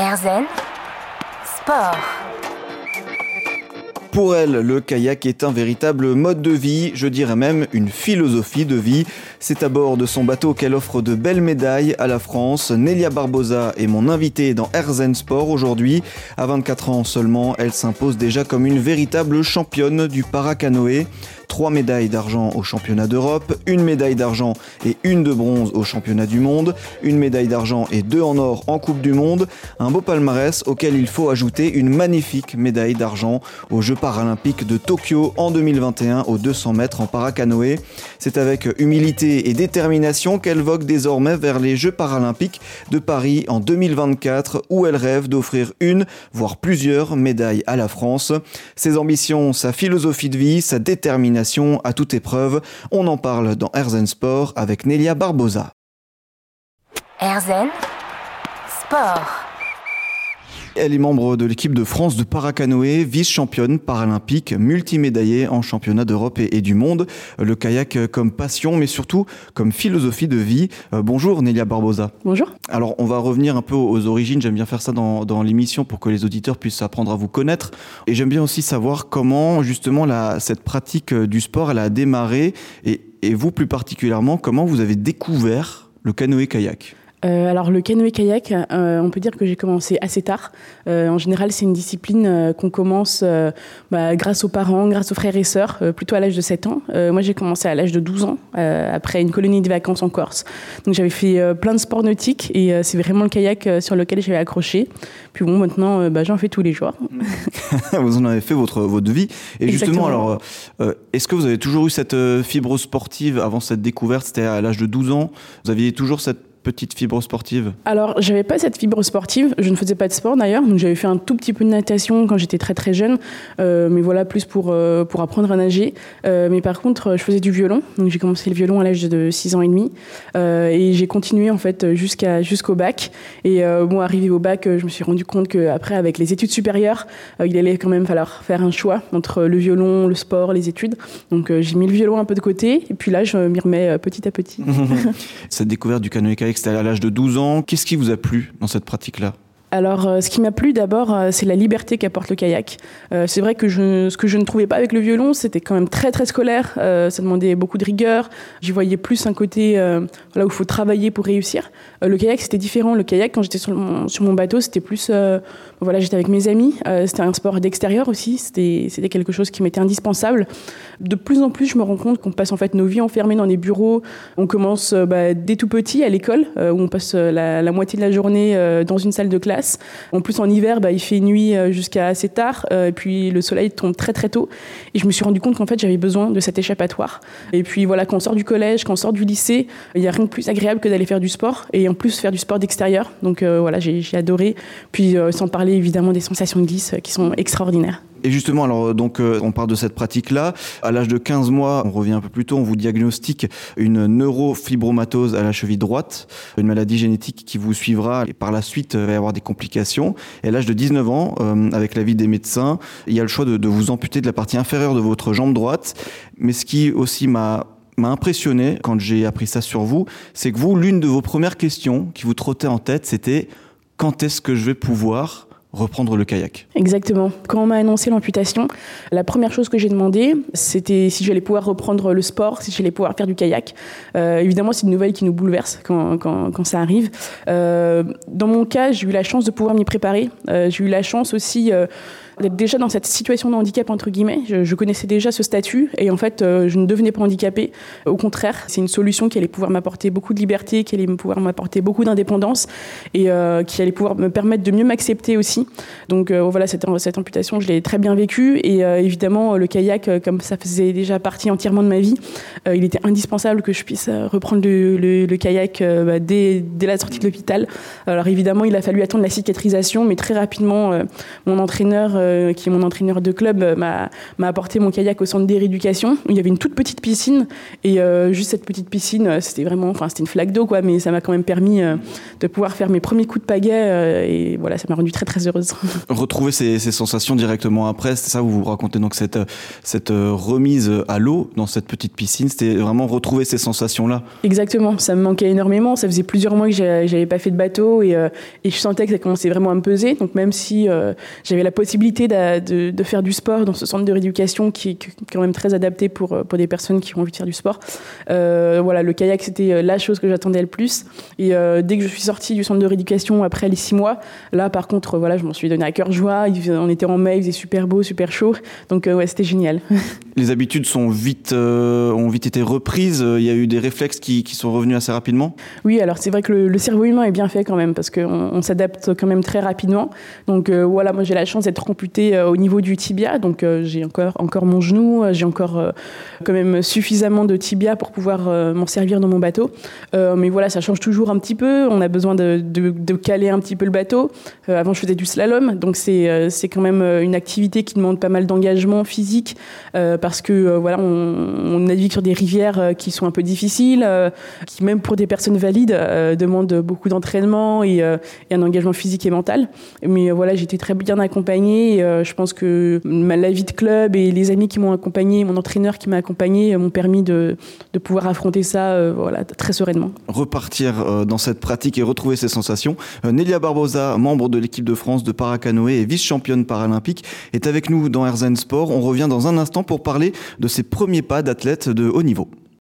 RZN Sport. Pour elle, le kayak est un véritable mode de vie, je dirais même une philosophie de vie. C'est à bord de son bateau qu'elle offre de belles médailles à la France. Nélia Barbosa est mon invitée dans RZN Sport aujourd'hui. À 24 ans seulement, elle s'impose déjà comme une véritable championne du paracanoë. 3 médailles d'argent au championnat d'Europe, 1 médaille d'argent et 1 de bronze au championnat du monde, 1 médaille d'argent et 2 en or en Coupe du Monde. Un beau palmarès auquel il faut ajouter une magnifique médaille d'argent aux Jeux paralympiques de Tokyo en 2021 aux 200 mètres en paracanoë. C'est avec humilité et détermination qu'elle vogue désormais vers les Jeux paralympiques de Paris en 2024 où elle rêve d'offrir une, voire plusieurs médailles à la France. Ses ambitions, sa philosophie de vie, sa détermination à toute épreuve. On en parle dans RZN Sport avec Nélia Barbosa. RZN Sport. Elle est membre de l'équipe de France de paracanoë, vice-championne paralympique, multimédaillée en championnat d'Europe et du monde. Le kayak comme passion, mais surtout comme philosophie de vie. Bonjour Nélia Barbosa. Bonjour. Alors on va revenir un peu aux origines, j'aime bien faire ça dans l'émission pour que les auditeurs puissent apprendre à vous connaître. Et j'aime bien aussi savoir comment justement cette pratique du sport elle a démarré et vous plus particulièrement, comment vous avez découvert le canoë-kayak. Alors le canoë-kayak, on peut dire que j'ai commencé assez tard. En général, c'est une discipline qu'on commence grâce aux parents, grâce aux frères et sœurs, plutôt à l'âge de 7 ans. Moi, j'ai commencé à l'âge de 12 ans, après une colonie de vacances en Corse. Donc j'avais fait plein de sports nautiques et c'est vraiment le kayak sur lequel j'avais accroché. Puis bon, maintenant, j'en fais tous les jours. Vous en avez fait votre vie. Et Exactement. Justement, alors, est-ce que vous avez toujours eu cette fibre sportive avant cette découverte? C'était à l'âge de 12 ans. Vous aviez toujours cette petite fibre sportive? Alors, j'avais pas cette fibre sportive. Je ne faisais pas de sport d'ailleurs. Donc, j'avais fait un tout petit peu de natation quand j'étais très très jeune. Mais voilà, plus pour apprendre à nager. Mais par contre, je faisais du violon. Donc, j'ai commencé le violon à l'âge de 6 ans et demi. Et j'ai continué en fait jusqu'au bac. Et arrivé au bac, je me suis rendu compte qu'après, avec les études supérieures, il allait quand même falloir faire un choix entre le violon, le sport, les études. Donc, j'ai mis le violon un peu de côté. Et puis là, je m'y remets petit à petit. Cette découverte du canoë-kayak, c'était à l'âge de 12 ans. Qu'est-ce qui vous a plu dans cette pratique-là ? Alors, ce qui m'a plu d'abord, c'est la liberté qu'apporte le kayak. C'est vrai que ce que je ne trouvais pas avec le violon, c'était quand même très très scolaire. Ça demandait beaucoup de rigueur. J'y voyais plus un côté où il faut travailler pour réussir. Le kayak, c'était différent. Le kayak, quand j'étais sur mon bateau, c'était plus... j'étais avec mes amis. C'était un sport d'extérieur aussi. C'était quelque chose qui m'était indispensable. De plus en plus, je me rends compte qu'on passe en fait nos vies enfermées dans des bureaux. On commence dès tout petit à l'école, où on passe la moitié de la journée dans une salle de classe. En plus, en hiver, il fait nuit jusqu'à assez tard, et puis le soleil tombe très très tôt. Et je me suis rendu compte qu'en fait, j'avais besoin de cet échappatoire. Et puis voilà, quand on sort du collège, quand on sort du lycée, il n'y a rien de plus agréable que d'aller faire du sport, et en plus faire du sport d'extérieur. Donc j'ai adoré. Puis sans parler évidemment des sensations de glisse qui sont extraordinaires. Et justement, alors on parle de cette pratique-là. À l'âge de 15 mois, on revient un peu plus tôt, on vous diagnostique une neurofibromatose à la cheville droite, une maladie génétique qui vous suivra et par la suite va y avoir des complications. Et à l'âge de 19 ans, avec l'avis des médecins, il y a le choix de vous amputer de la partie inférieure de votre jambe droite. Mais ce qui aussi m'a impressionné quand j'ai appris ça sur vous, c'est que vous, l'une de vos premières questions qui vous trottait en tête, c'était « Quand est-ce que je vais pouvoir reprendre le kayak ?» Exactement. Quand on m'a annoncé l'amputation, la première chose que j'ai demandé, c'était si j'allais pouvoir reprendre le sport, si j'allais pouvoir faire du kayak. Évidemment, c'est une nouvelle qui nous bouleverse quand ça arrive. Dans mon cas, j'ai eu la chance de pouvoir m'y préparer. J'ai eu la chance aussi d'être déjà dans cette situation de handicap, entre guillemets. Je connaissais déjà ce statut et en fait, je ne devenais pas handicapée. Au contraire, c'est une solution qui allait pouvoir m'apporter beaucoup de liberté, qui allait pouvoir m'apporter beaucoup d'indépendance et qui allait pouvoir me permettre de mieux m'accepter aussi. Donc cette amputation, je l'ai très bien vécue et évidemment, le kayak, comme ça faisait déjà partie entièrement de ma vie, il était indispensable que je puisse reprendre le kayak dès la sortie de l'hôpital. Alors évidemment, il a fallu attendre la cicatrisation, mais très rapidement, mon entraîneur qui est mon entraîneur de club, m'a apporté mon kayak au centre de rééducation, où il y avait une toute petite piscine. Et juste cette petite piscine, c'était une flaque d'eau, quoi, mais ça m'a quand même permis de pouvoir faire mes premiers coups de pagaie. Et voilà, ça m'a rendue très, très heureuse. Retrouver ces sensations directement après, c'est ça, vous racontez donc cette remise à l'eau dans cette petite piscine, c'était vraiment retrouver ces sensations-là. Exactement, ça me manquait énormément. Ça faisait plusieurs mois que j'avais pas fait de bateau et je sentais que ça commençait vraiment à me peser. Donc même si j'avais la possibilité de faire du sport dans ce centre de rééducation qui est quand même très adapté pour des personnes qui ont envie de faire du sport, le kayak c'était la chose que j'attendais le plus. Et dès que je suis sortie du centre de rééducation après les 6 mois, là par contre je m'en suis donné à cœur joie. On était en mai, il faisait super beau, super chaud. Donc c'était génial. Les habitudes ont vite été reprises. Il y a eu des réflexes qui sont revenus assez rapidement. Oui, alors c'est vrai que le cerveau humain est bien fait quand même parce qu'on s'adapte quand même très rapidement. Donc moi j'ai la chance d'être amputée au niveau du tibia. Donc j'ai encore mon genou, j'ai encore quand même suffisamment de tibia pour pouvoir m'en servir dans mon bateau. Mais voilà, ça change toujours un petit peu. On a besoin de caler un petit peu le bateau. Avant, je faisais du slalom. Donc c'est quand même une activité qui demande pas mal d'engagement physique parce que on navigue sur des rivières qui sont un peu difficiles, qui même pour des personnes valides demandent beaucoup d'entraînement et un engagement physique et mental. Mais j'ai été très bien accompagnée. Je pense que la vie de club et les amis qui m'ont accompagnée, mon entraîneur qui m'a accompagnée m'ont permis de pouvoir affronter ça très sereinement. Repartir dans cette pratique et retrouver ses sensations. Nelia Barbosa, membre de l'équipe de France de paracanoë et vice-championne paralympique, est avec nous dans RZN Sport. On revient dans un instant pour parler de ses premiers pas d'athlète de haut niveau.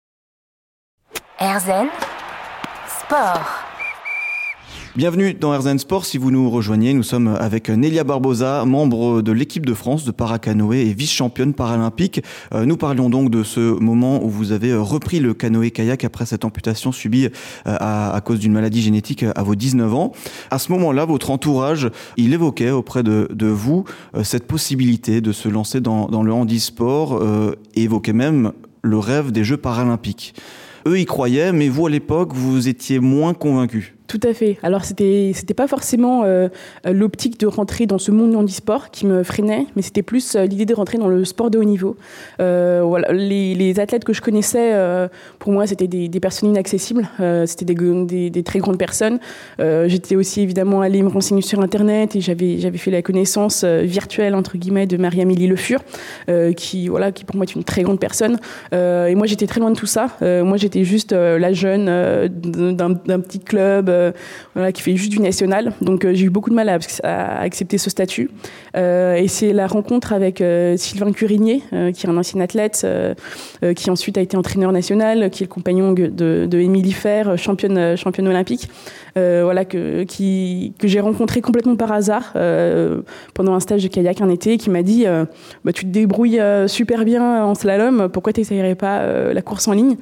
RZN Sport. Bienvenue dans RZN Sport. Si vous nous rejoignez, nous sommes avec Nelia Barbosa, membre de l'équipe de France de paracanoë et vice-championne paralympique. Nous parlions donc de ce moment où vous avez repris le canoë-kayak après cette amputation subie à cause d'une maladie génétique à vos 19 ans. À ce moment-là, votre entourage, il évoquait auprès de vous cette possibilité de se lancer dans le handisport et évoquait même le rêve des Jeux paralympiques. Eux y croyaient, mais vous à l'époque, vous étiez moins convaincus. Tout à fait. Alors c'était pas forcément l'optique de rentrer dans ce monde du handisport qui me freinait, mais c'était plus l'idée de rentrer dans le sport de haut niveau. Les athlètes que je connaissais, pour moi, c'était des personnes inaccessibles. C'était des très grandes personnes. J'étais aussi évidemment allée me renseigner sur Internet et j'avais fait la connaissance virtuelle entre guillemets de Marie-Amélie Le Fur, qui pour moi est une très grande personne. Et moi j'étais très loin de tout ça. Moi j'étais juste la jeune d'un petit club. Qui fait juste du national. Donc j'ai eu beaucoup de mal à accepter ce statut. Et c'est la rencontre avec Sylvain Curigné, qui est un ancien athlète, qui ensuite a été entraîneur national, qui est le compagnon de Émilie Fer, championne olympique, que j'ai rencontré complètement par hasard pendant un stage de kayak un été, qui m'a dit tu te débrouilles super bien en slalom, pourquoi tu n'essayerais pas la course en ligne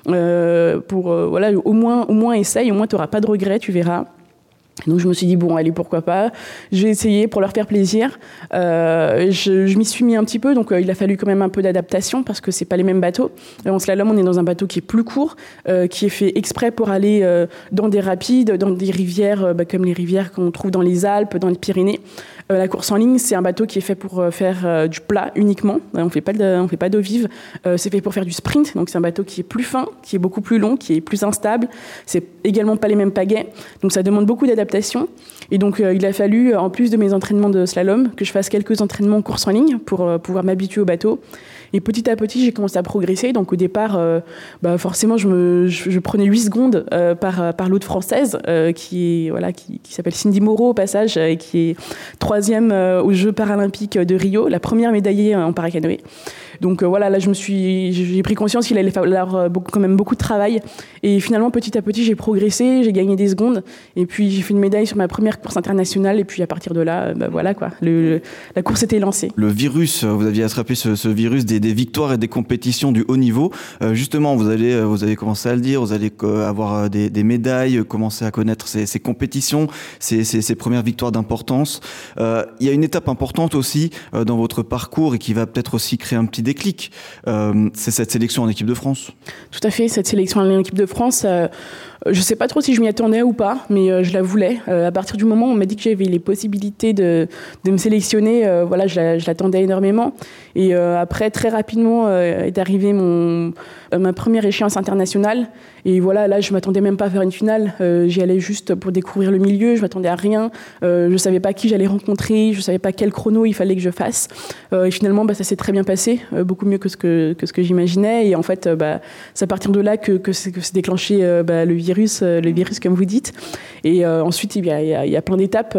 au moins essaye, au moins tu n'auras pas de regrets, tu verras. Donc je me suis dit bon allez pourquoi pas, je vais essayer pour leur faire plaisir. Je m'y suis mis un petit peu, donc il a fallu quand même un peu d'adaptation parce que c'est pas les mêmes bateaux. En slalom on est dans un bateau qui est plus court, qui est fait exprès pour aller dans des rapides, dans des rivières comme les rivières qu'on trouve dans les Alpes, dans les Pyrénées. La course en ligne, c'est un bateau qui est fait pour faire du plat uniquement. On fait pas d'eau vive. C'est fait pour faire du sprint. Donc c'est un bateau qui est plus fin, qui est beaucoup plus long, qui est plus instable. C'est également pas les mêmes pagaies. Donc ça demande beaucoup d'adaptation. Et donc il a fallu, en plus de mes entraînements de slalom, que je fasse quelques entraînements course en ligne pour pouvoir m'habituer au bateau. Et petit à petit, j'ai commencé à progresser. Donc au départ, forcément, je prenais 8 secondes par l'autre française qui s'appelle Cindy Moreau au passage et qui est 3e aux Jeux paralympiques de Rio, la première médaillée en paracanoë. Donc là j'ai pris conscience qu'il allait falloir quand même beaucoup de travail. Et finalement, petit à petit, j'ai progressé, j'ai gagné des secondes. Et puis j'ai fait une médaille sur ma première course internationale. Et puis à partir de là, la course était lancée. Le virus, vous aviez attrapé ce virus des des victoires et des compétitions du haut niveau. Justement, vous allez commencer à le dire, vous allez avoir des médailles, commencer à connaître ces compétitions, ces premières victoires d'importance. Il y a une étape importante aussi dans votre parcours et qui va peut-être aussi créer un petit déclic. C'est cette sélection en équipe de France. Tout à fait, cette sélection en équipe de France, je ne sais pas trop si je m'y attendais ou pas, mais je la voulais. À partir du moment où on m'a dit que j'avais les possibilités de me sélectionner, voilà, je l'attendais énormément. Et après, très rapidement, est arrivée ma première échéance internationale. Et voilà, là, je ne m'attendais même pas à faire une finale. J'y allais juste pour découvrir le milieu, je ne m'attendais à rien. Je ne savais pas qui j'allais rencontrer, je ne savais pas quel chrono il fallait que je fasse. Et finalement, ça s'est très bien passé, beaucoup mieux que ce que j'imaginais. Et en fait, c'est à partir de là que s'est déclenché le virus, comme vous dites. Et ensuite, il y a plein d'étapes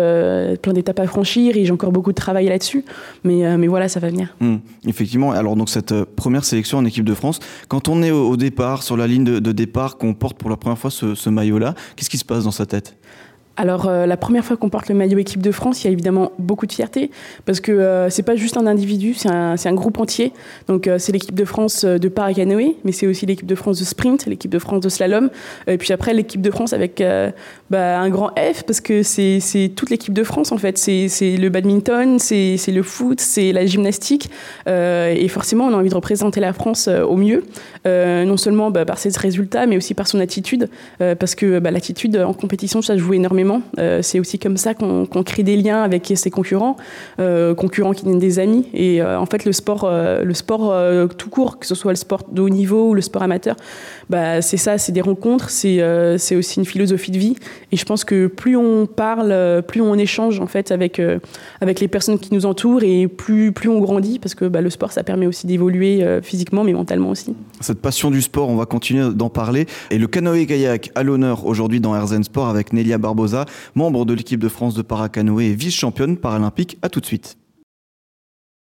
à franchir et j'ai encore beaucoup de travail là-dessus. Mais voilà, ça va venir. Effectivement. Alors, donc, cette première sélection en équipe de France, quand on est au départ, sur la ligne de départ, qu'on porte pour la première fois ce maillot-là, qu'est-ce qui se passe dans sa tête ? Alors, la première fois qu'on porte le maillot équipe de France, il y a évidemment beaucoup de fierté parce que c'est pas juste un individu, c'est un groupe entier. Donc, c'est l'équipe de France de para-canoë, mais c'est aussi l'équipe de France de sprint, l'équipe de France de slalom. Et puis après, l'équipe de France avec un grand F parce que c'est toute l'équipe de France en fait. C'est le badminton, c'est le foot, c'est la gymnastique. Et forcément, on a envie de représenter la France au mieux. Non seulement par ses résultats, mais aussi par son attitude. Parce que l'attitude en compétition, ça joue énormément. C'est aussi comme ça qu'on crée des liens avec ses concurrents qui deviennent des amis. Et en fait, le sport tout court, que ce soit le sport de haut niveau ou le sport amateur, c'est ça, c'est des rencontres, c'est aussi une philosophie de vie. Et je pense que plus on parle, plus on échange en fait avec les personnes qui nous entourent et plus on grandit parce que le sport, ça permet aussi d'évoluer physiquement mais mentalement aussi. Cette passion du sport, on va continuer d'en parler. Et le canoë-kayak à l'honneur aujourd'hui dans RZN Sport avec Nelia Barbosa, membre de l'équipe de France de para-canoë et vice-championne paralympique. À tout de suite.